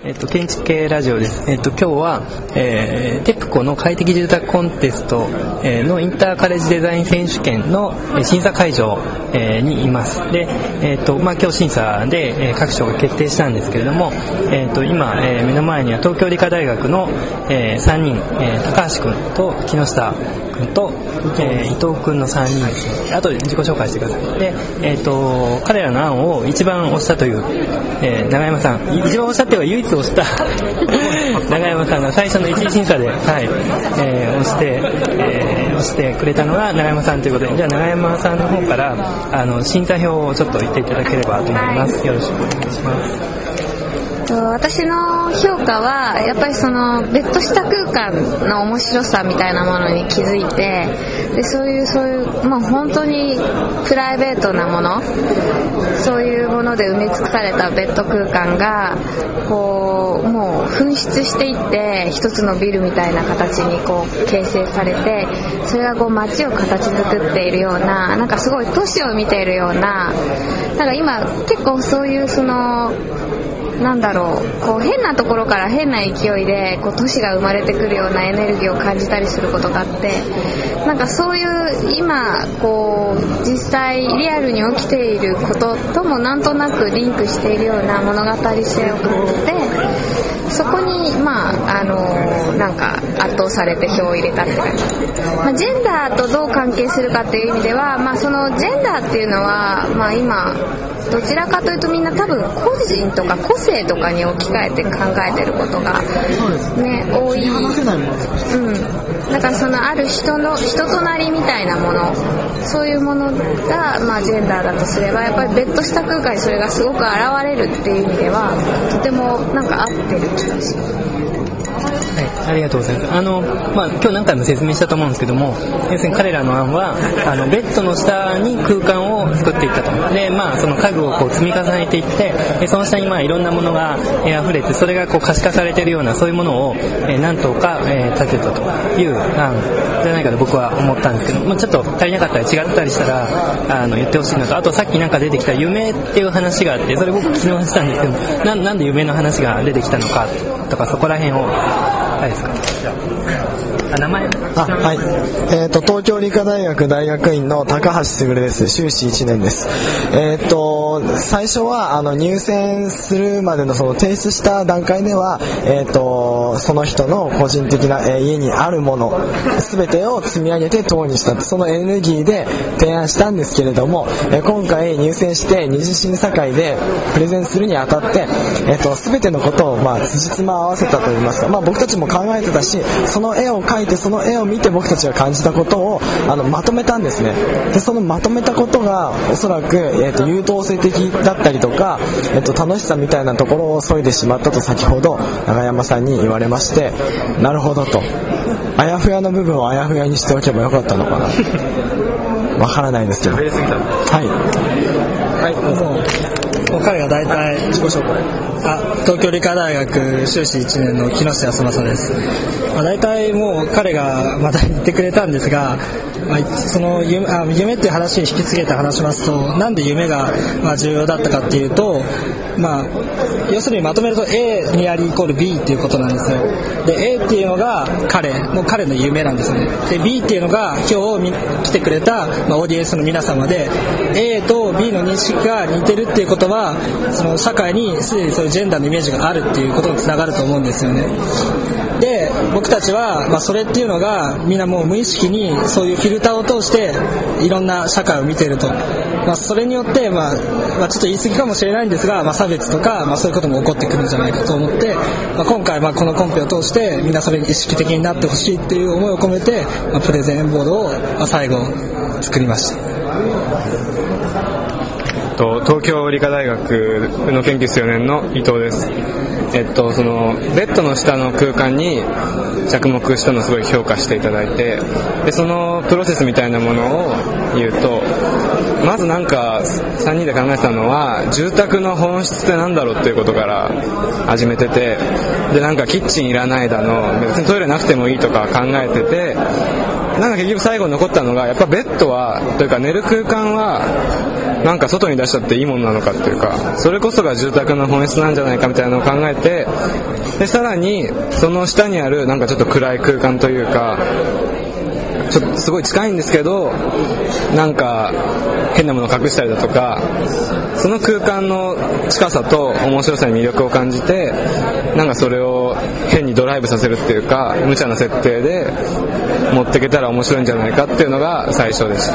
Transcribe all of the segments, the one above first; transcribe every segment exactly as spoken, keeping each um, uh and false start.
えっと、建築系ラジオです。えっと、今日は、えー、テプコの快適住宅コンテスト、えー、のインターカレッジデザイン選手権の審査会場、えー、にいます。で、えっと、まあ、今日審査で、えー、各賞が決定したんですけれども、えっと、今、えー、目の前には東京理科大学の、えー、さんにん、えー、高橋くんと木下くんと、えー、伊藤くんのさんにんですね。あとで自己紹介してください。で、えっと、彼らの案を一番推したという、えー、永山さん、一番推したっていうか唯一押した永山さんが最初の一次審査で、はい、えー、押して、えー、押してくれたのが永山さんということで、じゃあ永山さんの方からあの審査表をちょっと言っていただければと思います。よろしくお願いします。 私の評価はやっぱりその別途した空間の面白さみたいなものに気づいて、でそういうそういうもう本当にプライベートなもの、そういうもので埋め尽くされたベッド空間がこうもう噴出していって一つのビルみたいな形にこう形成されて、それがこう街を形作っているような、なんかすごい都市を見ているような、なんか今結構そういうそのなんだろう、こう変なところから変な勢いでこう都市が生まれてくるようなエネルギーを感じたりすることがあって、なんかそういう今こう実際リアルに起きていることともなんとなくリンクしているような物語性を感じて、そこにまああのなんか圧倒されて票を入れたって感じ。まあ、ジェンダーとどう関係するかっていう意味では、まあそのジェンダーっていうのはまあ今どちらかというとみんな多分個人とか個性とかに置き換えて考えてることがね多い。うん。だからそのある人の人となりみたいなもの、そういうものがまあジェンダーだとすれば、やっぱり別途した空間にそれがすごく現れるっていう意味ではとてもなんか合ってる気がします。 はい、ありがとうございます。あの、まあ、今日何回も説明したと思うんですけども、要するに彼らの案はあのベッドの下に空間を作っていったと。で、まあ、その家具をこう積み重ねていって、でその下にまあいろんなものが、えー、溢れて、それがこう可視化されているようなそういうものを、えー、何とか、えー、立てたという案じゃないかと僕は思ったんですけど、まあ、ちょっと足りなかったり違ったりしたらあの言ってほしいのと、あとさっきなんか出てきた夢っていう話があって、それ僕昨日したんですけど、な, なんで夢の話が出てきたのかとか、そこら辺をはいですか。あ、名前あ、 はい。えっ、ー、と東京理科大学大学院の高橋卓です。修士いちねんです。えっ、ー、と最初はあの入選するまでのその提出した段階では、えっ、ー、とその人の個人的な、えー、家にあるものすべてを積み上げて党にした、そのエネルギーで提案したんですけれども、えー、今回入選して二次審査会でプレゼンするにあたって、えっ、ー、とすべてのことをまあ辻褄合わせたといいますか、まあ僕たちも考えてたし、その絵を描いてその絵を見て僕たちが感じたことをあのまとめたんですね。でそのまとめたことがおそらく、えー、と優等生的だったりとか、えー、と楽しさみたいなところを削いでしまったと先ほど永山さんに言われまして、なるほどと、あやふやの部分をあやふやにしておけばよかったのかなわからないですけど、はいはい、もうもう彼が大体自己紹介、あ、東京理科大学修士いちねんの木下康正です。まあ、大体もう彼がまた言ってくれたんですが、まあ、その 夢, あ夢っていう話に引き継げて話しますと、なんで夢がまあ重要だったかっていうと、まあ、要するにまとめると A ニアリーイコール B っていうことなんですよ。で A っていうのが彼もう彼の夢なんですね。で B っていうのが今日来てくれた、まあ、オーディエンスの皆様で、 A と B の認識が似てるっていうことは、その社会にすでにそういうジェンダーのイメージがあるっていうことにつながると思うんですよね。で僕たちは、まあ、それっていうのがみんなもう無意識にそういうフィルターを通していろんな社会を見ていると、まあ、それによって、まあまあ、ちょっと言い過ぎかもしれないんですが、まあ、差別とか、まあ、そういうことも起こってくるんじゃないかと思って、まあ、今回、まあ、このコンペを通してみんなそれに意識的になってほしいっていう思いを込めて、まあ、プレゼンボードを、まあ、最後作りました。 東京理科大学の研究室よねんの伊藤です。えっと、そのベッドの下の空間に着目したのをすごい評価していただいて、でそのプロセスみたいなものを言うと、まずなんかさんにんで考えてたのは、住宅の本質ってなんだろうっていうことから始めてて、でなんかキッチンいらないだの、別にトイレなくてもいいとか考えてて、なんか結局最後に残ったのが、やっぱベッドはというか寝る空間はなんか外に出しちゃっていいものなのかっていうか、それこそが住宅の本質なんじゃないかみたいなのを考えて、でさらにその下にあるなんかちょっと暗い空間というか、ちょっとすごい近いんですけどなんか変なものを隠したりだとか、その空間の近さと面白さに魅力を感じて、なんかそれを変にドライブさせるっていうか、無茶な設定で持っていけたら面白いんじゃないかっていうのが最初でした。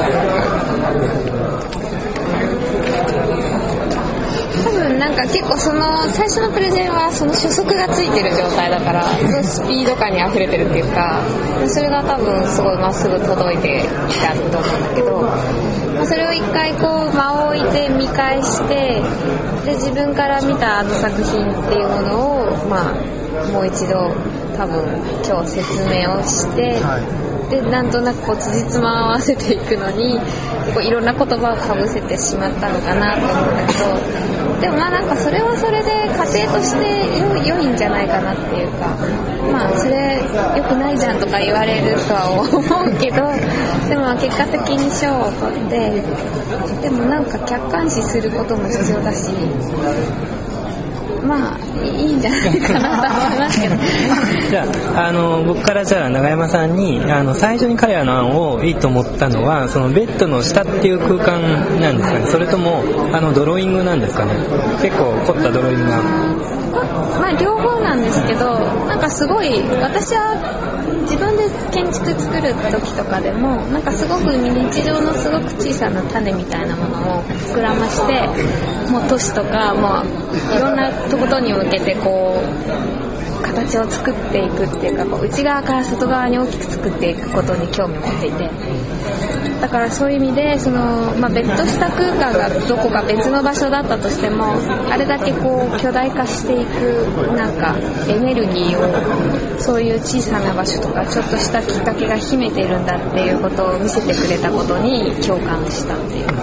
なんか結構その最初のプレゼンはその初速がついてる状態だから、そのスピード感に溢れてるっていうか、それが多分すごいまっすぐ届いてきたと思うんだけど、それを一回こう間を置いて見返して、で自分から見たあの作品っていうものをまあもう一度多分今日説明をして、でなんとなくこう辻褄を合わせていくのにこういろんな言葉をかぶせてしまったのかなと思うんだけど、でもまあなんかそれはそれで過程として良い、良いんじゃないかなっていうか、まあそれ良くないじゃんとか言われるとは思うけど、でも結果的に賞を取って、でもなんか客観視することも必要だし、まあいいんじゃないかなと思いますけどじゃあ、あの僕からじゃあ永山さんに、あの最初に彼らの案をいいと思ったのはそのベッドの下っていう空間なんですかね、それともあのドローイングなんですかね。結構凝ったドローイングが、 まあ両方なんですけど、なんかすごい私は自分で建築作る時とかでもなんかすごく日常のすごく小さな種みたいなものを膨らまして、もう都市とかもういろんなことに向けてこう形を作っていくっていうか、こう内側から外側に大きく作っていくことに興味を持っていて、だからそういう意味でその、まあ、別途した空間がどこか別の場所だったとしても、あれだけこう巨大化していくなんかエネルギーをそういう小さな場所とかちょっとしたきっかけが秘めているんだっていうことを見せてくれたことに共感したっていうか。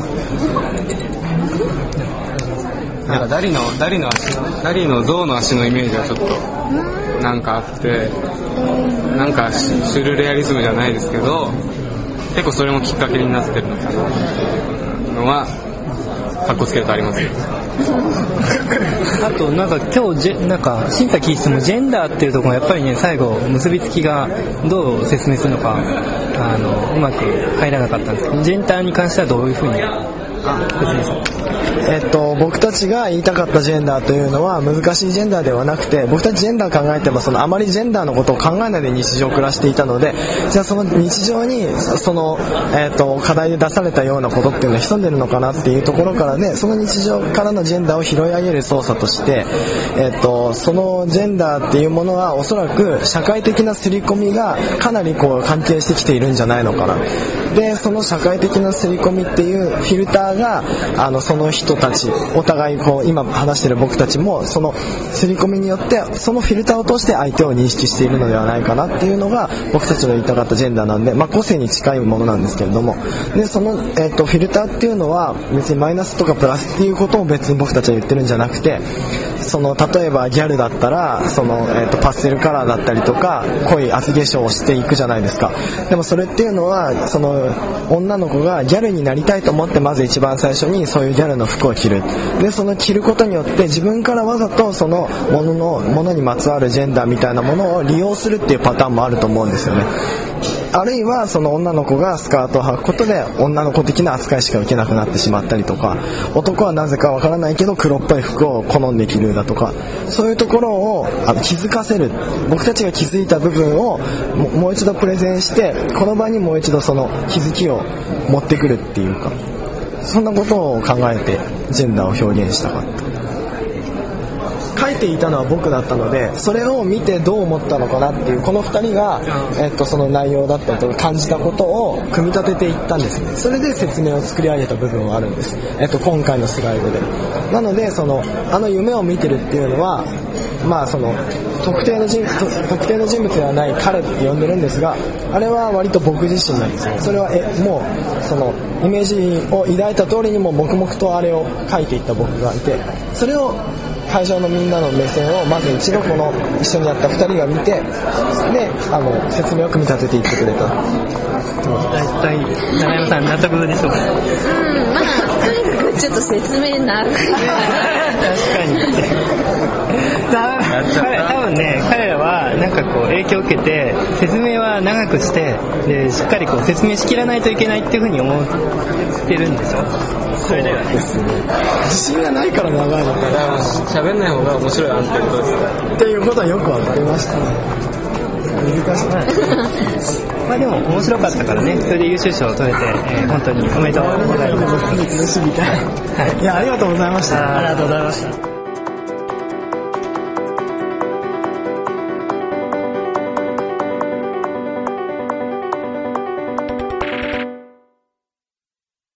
なんかダリのダリの足ダリの象の足のイメージがちょっとなんかあって、なんかシュルレアリズムじゃないですけど、結構それもきっかけになってるのかなのはかっこつけるとありますよ。 あとなんか今日ジェなんか審査聞いてもジェンダーっていうところがやっぱりね、最後結びつきがどう説明するのかあのうまく入らなかったんですけど、ジェンダーに関してはどういうふうに説明するのか。 えっと、僕たちが言いたかったジェンダーというのは難しいジェンダーではなくて、僕たちジェンダー考えてもそのあまりジェンダーのことを考えないで日常を暮らしていたので、じゃあその日常にその、えっと、課題で出されたようなことっていうのは潜んでるのかなっていうところからね、その日常からのジェンダーを拾い上げる操作として、えっと、そのジェンダーっていうものはおそらく社会的な刷り込みがかなりこう関係してきているんじゃないのかな。でその社会的な刷り込みっていうフィルターがあのその人たちお互いこう今話している僕たちもその刷り込みによってそのフィルターを通して相手を認識しているのではないかなっていうのが僕たちの言いたかったジェンダーなんで、まあ、個性に近いものなんですけれども、でその、えーと、フィルターっていうのは別にマイナスとかプラスっていうことを別に僕たちは言ってるんじゃなくて、その例えばギャルだったらその、えーと、パステルカラーだったりとか濃い厚化粧をしていくじゃないですか。でもそれっていうのはその女の子がギャルになりたいと思ってまず一番最初にそういうギャルの服を着る。でその着ることによって自分からわざとそのもののものにまつわるジェンダーみたいなものを利用するっていうパターンもあると思うんですよね。あるいはその女の子がスカートを履くことで女の子的な扱いしか受けなくなってしまったりとか、男はなぜかわからないけど黒っぽい服を好んで着るだとか、そういうところをあの気づかせる、僕たちが気づいた部分をもう一度プレゼンしてこの場にもう一度その気づきを持ってくるっていうか、そんなことを考えてジェンダーを表現したかった。書いていたのは僕だったので、それを見てどう思ったのかなっていうこのふたりが、えっと、その内容だったりとか感じたことを組み立てていったんですね。それで説明を作り上げた部分はあるんです、えっと、今回のスライドで。なのでそのあの夢を見てるっていうのは、まあ、その特定の人特定の人物ではない彼って呼んでるんですが、あれは割と僕自身なんですよ。それはえもうそのイメージを抱いた通りにも黙々とあれを書いていった僕がいて、それを会場のみんなの目線をまず一度この一緒にやったふたりが見て、であの説明を組み立てていってくれた。 大体永山さん納得でしょうか。 うん、まあとにかくちょっと説明長い。 確かに。彼多分ね、彼らはなんかこう影響を受けて説明は長くしてでしっかりこう説明しきらないといけないっていうふうに思ってるんでしょ。それではですね。自信がないから長いのかな。 喋んない方が面白い案ってことですか。 っていうことはよくわかりましたね。難しい。 まあでも面白かったからね、それで優秀賞を取れて、えー、本当におめでとうございます。 いや、ありがとうございました。 ありがとうございました。